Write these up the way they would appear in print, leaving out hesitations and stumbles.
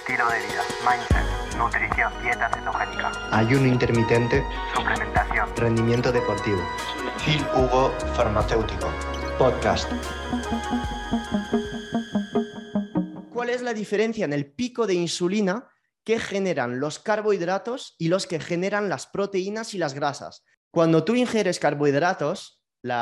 estilo de vida, mindset, nutrición, dieta cetogénica, ayuno intermitente, suplementación, rendimiento deportivo. Phil Hugo Farmacéutico, podcast. ¿Cuál es la diferencia en el pico de insulina que generan los carbohidratos y los que generan las proteínas y las grasas? Cuando tú ingieres carbohidratos,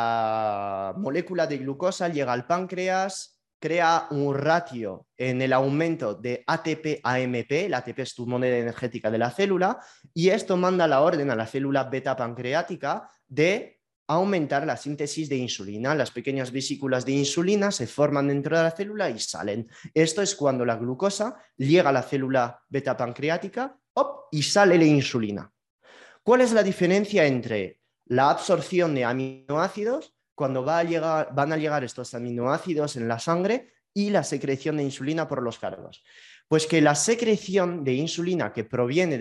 la molécula de glucosa llega al páncreas, crea un ratio en el aumento de ATP a AMP, el ATP es tu moneda energética de la célula, y esto manda la orden a la célula beta pancreática de aumentar la síntesis de insulina. Las pequeñas vesículas de insulina se forman dentro de la célula y salen. Esto es cuando la glucosa llega a la célula beta pancreática y sale la insulina. ¿Cuál es la diferencia entre la absorción de aminoácidos cuando van a llegar estos aminoácidos en la sangre y la secreción de insulina por los cargos? Pues que la secreción de insulina que proviene de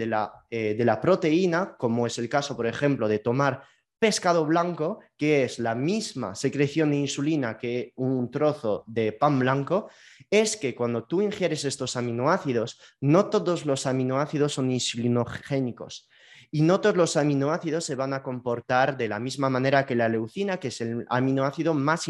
la proteína, como es el caso, por ejemplo, de tomar pescado blanco, que es la misma secreción de insulina que un trozo de pan blanco, es que cuando tú ingieres estos aminoácidos, no todos los aminoácidos son insulinogénicos. Y no todos los aminoácidos se van a comportar de la misma manera que la leucina, que es el aminoácido más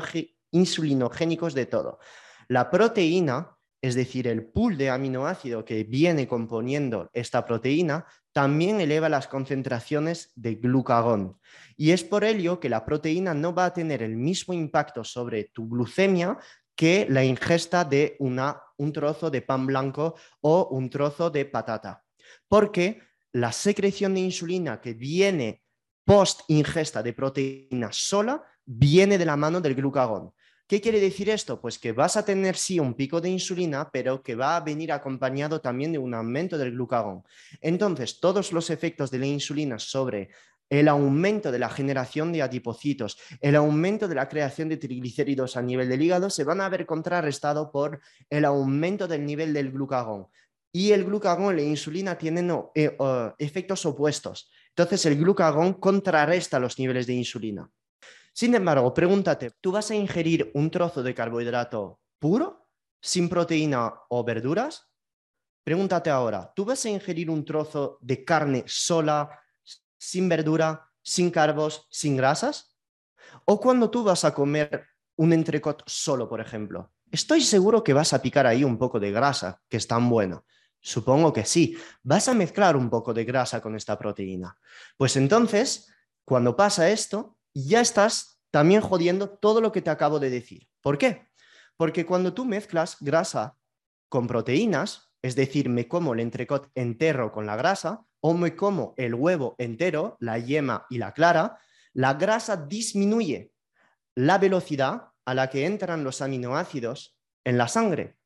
insulinogénicos de todo. La proteína, es decir, el pool de aminoácido que viene componiendo esta proteína, también eleva las concentraciones de glucagón. Y es por ello que la proteína no va a tener el mismo impacto sobre tu glucemia que la ingesta de un trozo de pan blanco o un trozo de patata. Porque la secreción de insulina que viene post ingesta de proteína sola viene de la mano del glucagón. ¿Qué quiere decir esto? Pues que vas a tener sí un pico de insulina, pero que va a venir acompañado también de un aumento del glucagón. Entonces, todos los efectos de la insulina sobre el aumento de la generación de adipocitos, el aumento de la creación de triglicéridos a nivel del hígado, se van a ver contrarrestado por el aumento del nivel del glucagón. Y el glucagón y la insulina tienen efectos opuestos. Entonces, el glucagón contrarresta los niveles de insulina. Sin embargo, pregúntate, ¿tú vas a ingerir un trozo de carbohidrato puro, sin proteína o verduras? Pregúntate ahora, ¿tú vas a ingerir un trozo de carne sola, sin verdura, sin carbos, sin grasas? ¿O cuando tú vas a comer un entrecot solo, por ejemplo? Estoy seguro que vas a picar ahí un poco de grasa, que es tan bueno. Supongo que sí. Vas a mezclar un poco de grasa con esta proteína. Pues entonces, cuando pasa esto, ya estás también jodiendo todo lo que te acabo de decir. ¿Por qué? Porque cuando tú mezclas grasa con proteínas, es decir, me como el entrecot entero con la grasa o me como el huevo entero, la yema y la clara, la grasa disminuye la velocidad a la que entran los aminoácidos en la sangre.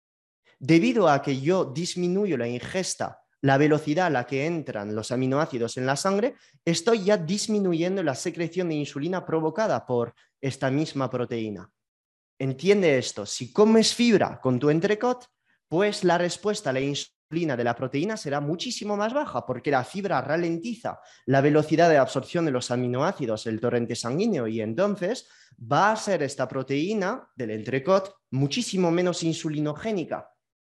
Debido a que yo disminuyo la ingesta, la velocidad a la que entran los aminoácidos en la sangre, estoy ya disminuyendo la secreción de insulina provocada por esta misma proteína. Entiende esto, si comes fibra con tu entrecot, pues la respuesta a la insulina de la proteína será muchísimo más baja porque la fibra ralentiza la velocidad de absorción de los aminoácidos, el torrente sanguíneo, y entonces va a ser esta proteína del entrecot muchísimo menos insulinogénica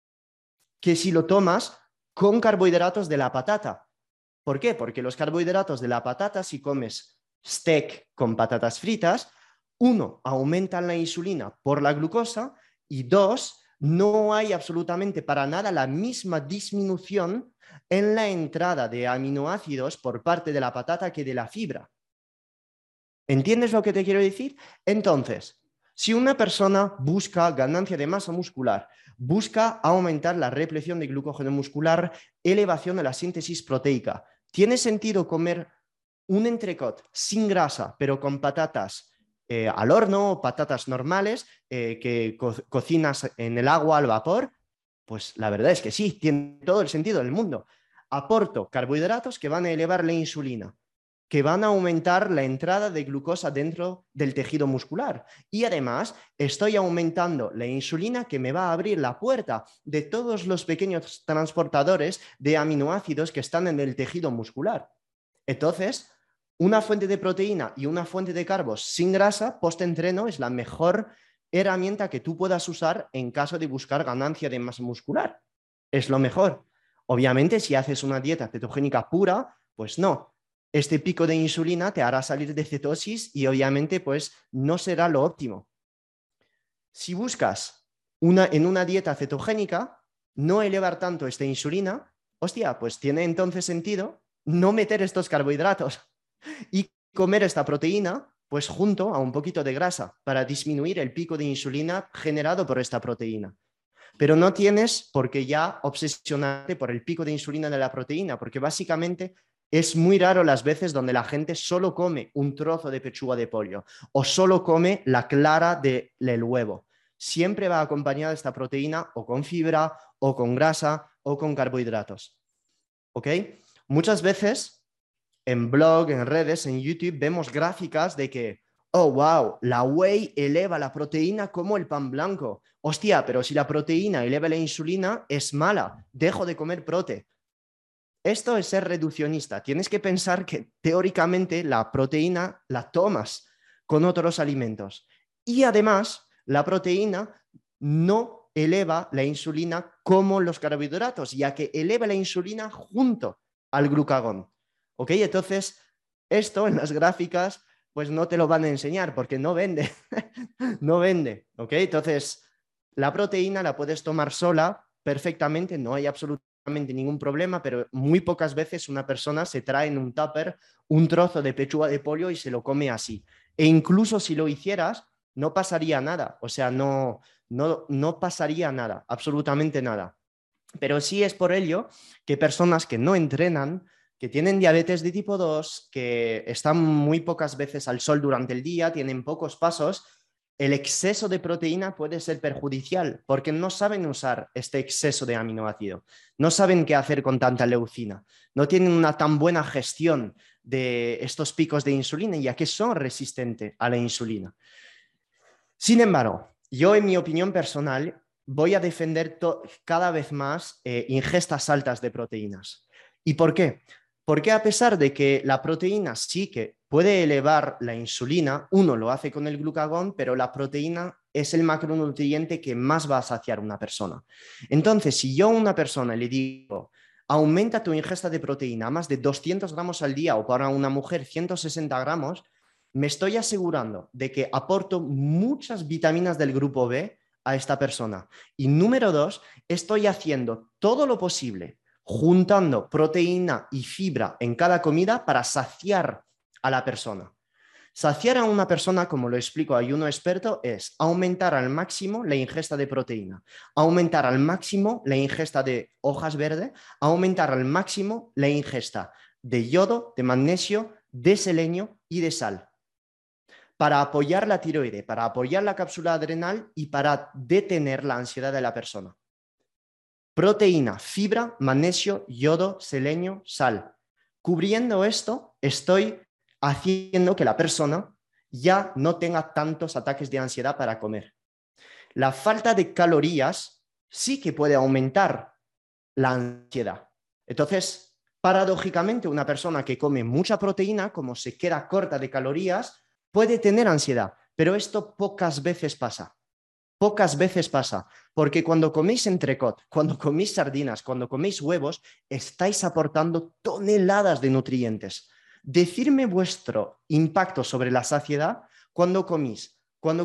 que si lo tomas con carbohidratos de la patata. ¿Por qué? Porque los carbohidratos de la patata, si comes steak con patatas fritas, uno, aumentan la insulina por la glucosa y dos, no hay absolutamente para nada la misma disminución en la entrada de aminoácidos por parte de la patata que de la fibra. ¿Entiendes lo que te quiero decir? Entonces, si una persona busca ganancia de masa muscular, busca aumentar la represión de glucógeno muscular, elevación de la síntesis proteica, ¿tiene sentido comer un entrecot sin grasa, pero con patatas al horno o patatas normales que cocinas en el agua al vapor? Pues la verdad es que sí, tiene todo el sentido del mundo. Aporto carbohidratos que van a elevar la insulina, que van a aumentar la entrada de glucosa dentro del tejido muscular. Y además estoy aumentando la insulina que me va a abrir la puerta de todos los pequeños transportadores de aminoácidos que están en el tejido muscular. Entonces, una fuente de proteína y una fuente de carbos sin grasa post-entreno es la mejor herramienta que tú puedas usar en caso de buscar ganancia de masa muscular. es lo mejor. Obviamente, si haces una dieta cetogénica pura, pues no. Este pico de insulina te hará salir de cetosis y obviamente pues no será lo óptimo. Si buscas en una dieta cetogénica no elevar tanto esta insulina, hostia, pues tiene entonces sentido no meter estos carbohidratos y comer esta proteína pues junto a un poquito de grasa para disminuir el pico de insulina generado por esta proteína. Pero no tienes por qué ya obsesionarte por el pico de insulina de la proteína, porque básicamente es muy raro las veces donde la gente solo come un trozo de pechuga de pollo o solo come la clara del huevo. Siempre va acompañada esta proteína o con fibra o con grasa o con carbohidratos. ¿Ok? Muchas veces en blog, en redes, en YouTube vemos gráficas de que, oh, wow, la whey eleva la proteína como el pan blanco. Hostia, pero si la proteína eleva la insulina, es mala. Dejo de comer prote. Esto es ser reduccionista. Tienes que pensar que teóricamente la proteína la tomas con otros alimentos. Y además, la proteína no eleva la insulina como los carbohidratos, ya que eleva la insulina junto al glucagón. ¿Ok? Entonces, esto en las gráficas pues no te lo van a enseñar porque no vende. No vende. ¿Ok? Entonces, la proteína la puedes tomar sola perfectamente, no hay absolutamente ningún problema, pero muy pocas veces una persona se trae en un tupper un trozo de pechuga de pollo y se lo come así. E incluso si lo hicieras, no pasaría nada. O sea, no pasaría nada, absolutamente nada. Pero sí es por ello que personas que no entrenan, que tienen diabetes de tipo 2, que están muy pocas veces al sol durante el día, tienen pocos pasos, el exceso de proteína puede ser perjudicial porque no saben usar este exceso de aminoácido, no saben qué hacer con tanta leucina, no tienen una tan buena gestión de estos picos de insulina, ya que son resistentes a la insulina. Sin embargo, yo en mi opinión personal voy a defender cada vez más ingestas altas de proteínas. ¿Y por qué? Porque a pesar de que la proteína sí que puede elevar la insulina, uno lo hace con el glucagón, pero la proteína es el macronutriente que más va a saciar a una persona. Entonces, si yo a una persona le digo, aumenta tu ingesta de proteína a más de 200 gramos al día o para una mujer 160 gramos, me estoy asegurando de que aporto muchas vitaminas del grupo B a esta persona. Y número 2, estoy haciendo todo lo posible juntando proteína y fibra en cada comida para saciar a la persona. Saciar a una persona, como lo explico ayuno experto, es aumentar al máximo la ingesta de proteína, aumentar al máximo la ingesta de hojas verdes, aumentar al máximo la ingesta de yodo, de magnesio, de selenio y de sal, para apoyar la tiroide, para apoyar la cápsula adrenal y para detener la ansiedad de la persona. Proteína, fibra, magnesio, yodo, selenio, sal. Cubriendo esto, estoy haciendo que la persona ya no tenga tantos ataques de ansiedad para comer. La falta de calorías sí que puede aumentar la ansiedad. Entonces, paradójicamente, una persona que come mucha proteína, como se queda corta de calorías, puede tener ansiedad, pero esto pocas veces pasa. Pocas veces pasa, porque cuando coméis entrecot, cuando coméis sardinas, cuando coméis huevos, estáis aportando toneladas de nutrientes. Decidme vuestro impacto sobre la saciedad cuando coméis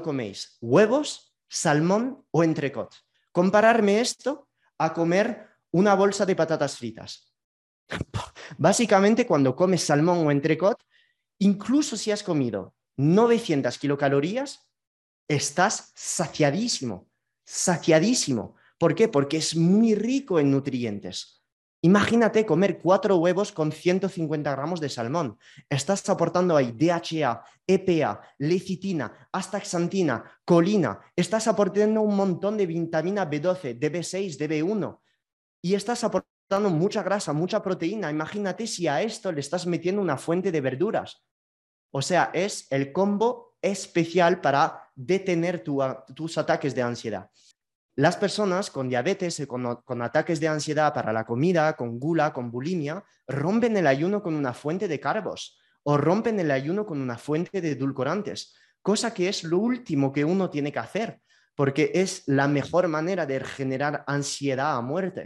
huevos, salmón o entrecot. Compararme esto a comer una bolsa de patatas fritas. Básicamente, cuando comes salmón o entrecot, incluso si has comido 900 kilocalorías, estás saciadísimo, saciadísimo. ¿Por qué? Porque es muy rico en nutrientes. Imagínate comer 4 huevos con 150 gramos de salmón. Estás aportando ahí DHA, EPA, lecitina, astaxantina, colina. Estás aportando un montón de vitamina B12, de B6, de B1. Y estás aportando mucha grasa, mucha proteína. Imagínate si a esto le estás metiendo una fuente de verduras. O sea, es el combo especial para detener tus ataques de ansiedad. Las personas con diabetes y con ataques de ansiedad para la comida, con gula, con bulimia, rompen el ayuno con una fuente de carbos o rompen el ayuno con una fuente de edulcorantes, cosa que es lo último que uno tiene que hacer, porque es la mejor manera de generar ansiedad a muerte.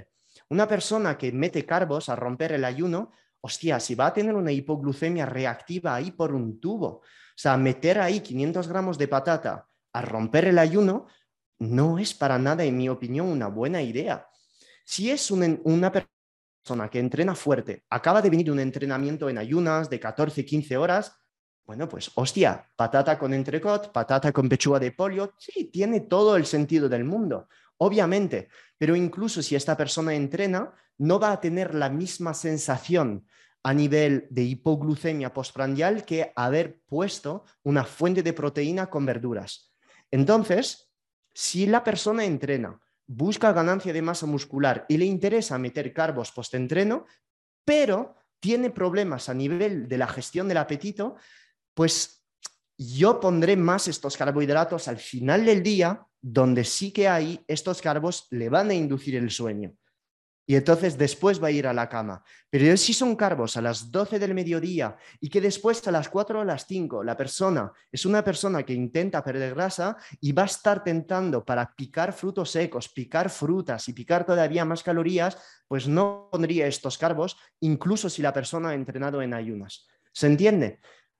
Una persona que mete carbos a romper el ayuno, hostia, si va a tener una hipoglucemia reactiva ahí por un tubo, o sea, meter ahí 500 gramos de patata a romper el ayuno no es para nada, en mi opinión, una buena idea. Si es una persona que entrena fuerte, acaba de venir de un entrenamiento en ayunas de 14, 15 horas, bueno, pues hostia, patata con entrecot, patata con pechuga de pollo, sí, tiene todo el sentido del mundo, obviamente, pero incluso si esta persona entrena, no va a tener la misma sensación a nivel de hipoglucemia postprandial que haber puesto una fuente de proteína con verduras. Entonces, si la persona entrena, busca ganancia de masa muscular y le interesa meter carbos postentreno, pero tiene problemas a nivel de la gestión del apetito, pues yo pondré más estos carbohidratos al final del día, donde sí que hay estos carbos le van a inducir el sueño. Y entonces después va a ir a la cama. Pero si son carbos a las 12 del mediodía y que después a las 4 o a las 5 la persona es una persona que intenta perder grasa y va a estar tentando para picar frutos secos, picar frutas y picar todavía más calorías, pues no pondría estos carbos, incluso si la persona ha entrenado en ayunas. ¿Se entiende?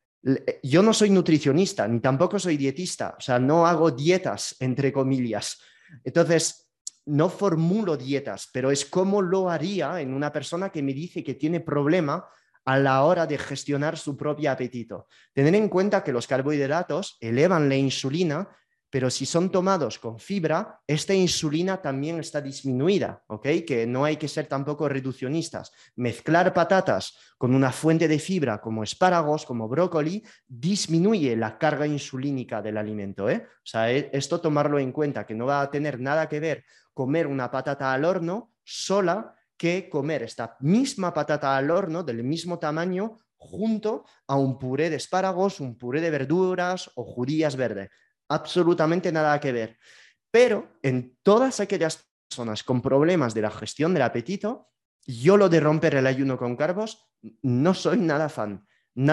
Yo no soy nutricionista, ni tampoco soy dietista, o sea, no hago dietas, entre comillas. Entonces, no formulo dietas, pero es como lo haría en una persona que me dice que tiene problema a la hora de gestionar su propio apetito. Tener en cuenta que los carbohidratos elevan la insulina, pero si son tomados con fibra, esta insulina también está disminuida, ¿ok? Que no hay que ser tampoco reduccionistas. Mezclar patatas con una fuente de fibra como espárragos, como brócoli, disminuye la carga insulínica del alimento, ¿eh? O sea, esto tomarlo en cuenta, que no va a tener nada que ver comer una patata al horno sola que comer esta misma patata al horno del mismo tamaño junto a un puré de espárragos, un puré de verduras o judías verdes. Absolutamente nada que ver. Pero en todas aquellas personas con problemas de la gestión del apetito, yo lo de romper el ayuno con carbos no soy nada fan,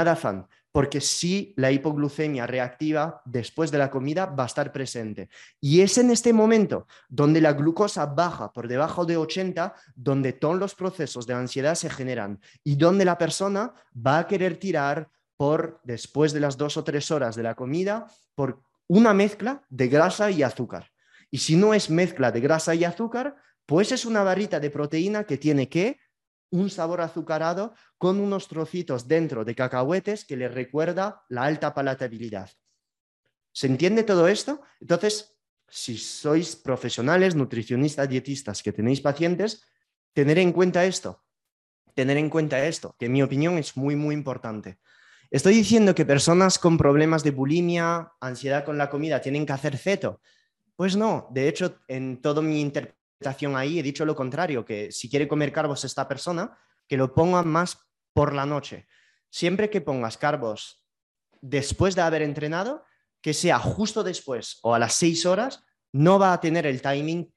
porque sí la hipoglucemia reactiva después de la comida va a estar presente. Y es en este momento donde la glucosa baja por debajo de 80, donde todos los procesos de ansiedad se generan y donde la persona va a querer tirar por, después de las 2 o 3 horas de la comida, por una mezcla de grasa y azúcar. Y si no es mezcla de grasa y azúcar, pues es una barrita de proteína que tiene un sabor azucarado con unos trocitos dentro de cacahuetes que le recuerda la alta palatabilidad. ¿Se entiende todo esto? Entonces, si sois profesionales, nutricionistas, dietistas, que tenéis pacientes, tener en cuenta esto, que en mi opinión es muy, muy importante. ¿Estoy diciendo que personas con problemas de bulimia, ansiedad con la comida, tienen que hacer ceto? Pues no, de hecho, en toda mi interpretación ahí he dicho lo contrario, que si quiere comer carbos esta persona, que lo ponga más por la noche. Siempre que pongas carbos después de haber entrenado, que sea justo después o a las 6 horas, no va a tener el timing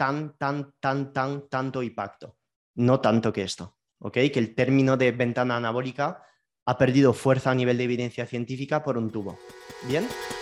tanto impacto. No tanto que esto, ¿ok? Que el término de ventana anabólica ha perdido fuerza a nivel de evidencia científica por un tubo. ¿Bien?